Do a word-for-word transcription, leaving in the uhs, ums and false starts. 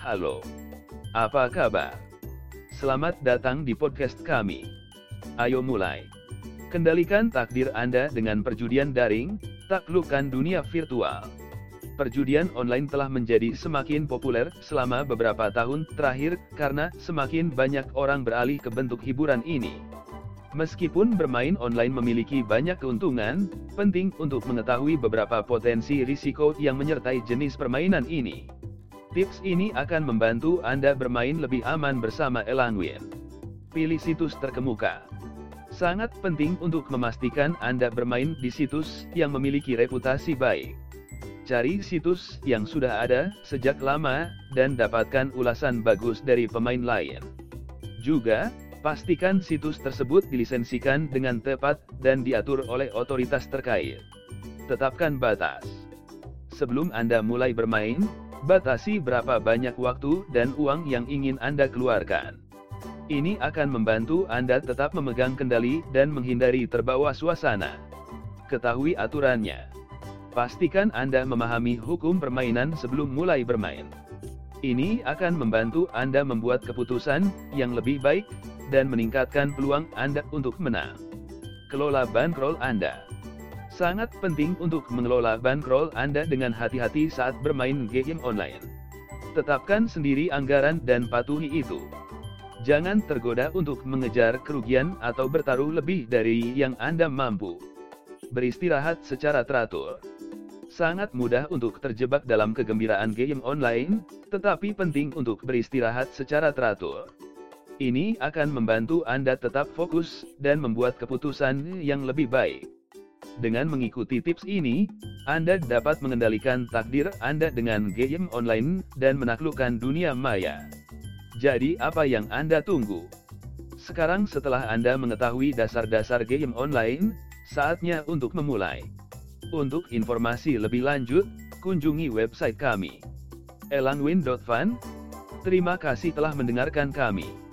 Halo, apa kabar? Selamat datang di podcast kami. Ayo mulai. Kendalikan takdir Anda dengan perjudian daring, taklukkan dunia virtual. Perjudian online telah menjadi semakin populer selama beberapa tahun terakhir karena semakin banyak orang beralih ke bentuk hiburan ini. Meskipun bermain online memiliki banyak keuntungan, penting untuk mengetahui beberapa potensi risiko yang menyertai jenis permainan ini. Tips ini akan membantu Anda bermain lebih aman bersama Elanwin. Pilih situs terkemuka. Sangat penting untuk memastikan Anda bermain di situs yang memiliki reputasi baik. Cari situs yang sudah ada sejak lama, dan dapatkan ulasan bagus dari pemain lain. Juga, pastikan situs tersebut dilisensikan dengan tepat dan diatur oleh otoritas terkait. Tetapkan batas. Sebelum Anda mulai bermain, batasi berapa banyak waktu dan uang yang ingin Anda keluarkan. Ini akan membantu Anda tetap memegang kendali dan menghindari terbawa suasana. Ketahui aturannya. Pastikan Anda memahami hukum permainan sebelum mulai bermain. Ini akan membantu Anda membuat keputusan yang lebih baik dan meningkatkan peluang Anda untuk menang. Kelola bankroll Anda. Sangat penting untuk mengelola bankroll Anda dengan hati-hati saat bermain game online. Tetapkan sendiri anggaran dan patuhi itu. Jangan tergoda untuk mengejar kerugian atau bertaruh lebih dari yang Anda mampu. Beristirahat secara teratur. Sangat mudah untuk terjebak dalam kegembiraan game online, tetapi penting untuk beristirahat secara teratur. Ini akan membantu Anda tetap fokus dan membuat keputusan yang lebih baik. Dengan mengikuti tips ini, Anda dapat mengendalikan takdir Anda dengan game online dan menaklukkan dunia maya. Jadi apa yang Anda tunggu? Sekarang setelah Anda mengetahui dasar-dasar game online, saatnya untuk memulai. Untuk informasi lebih lanjut, kunjungi website kami, elanwin dot fun. Terima kasih telah mendengarkan kami.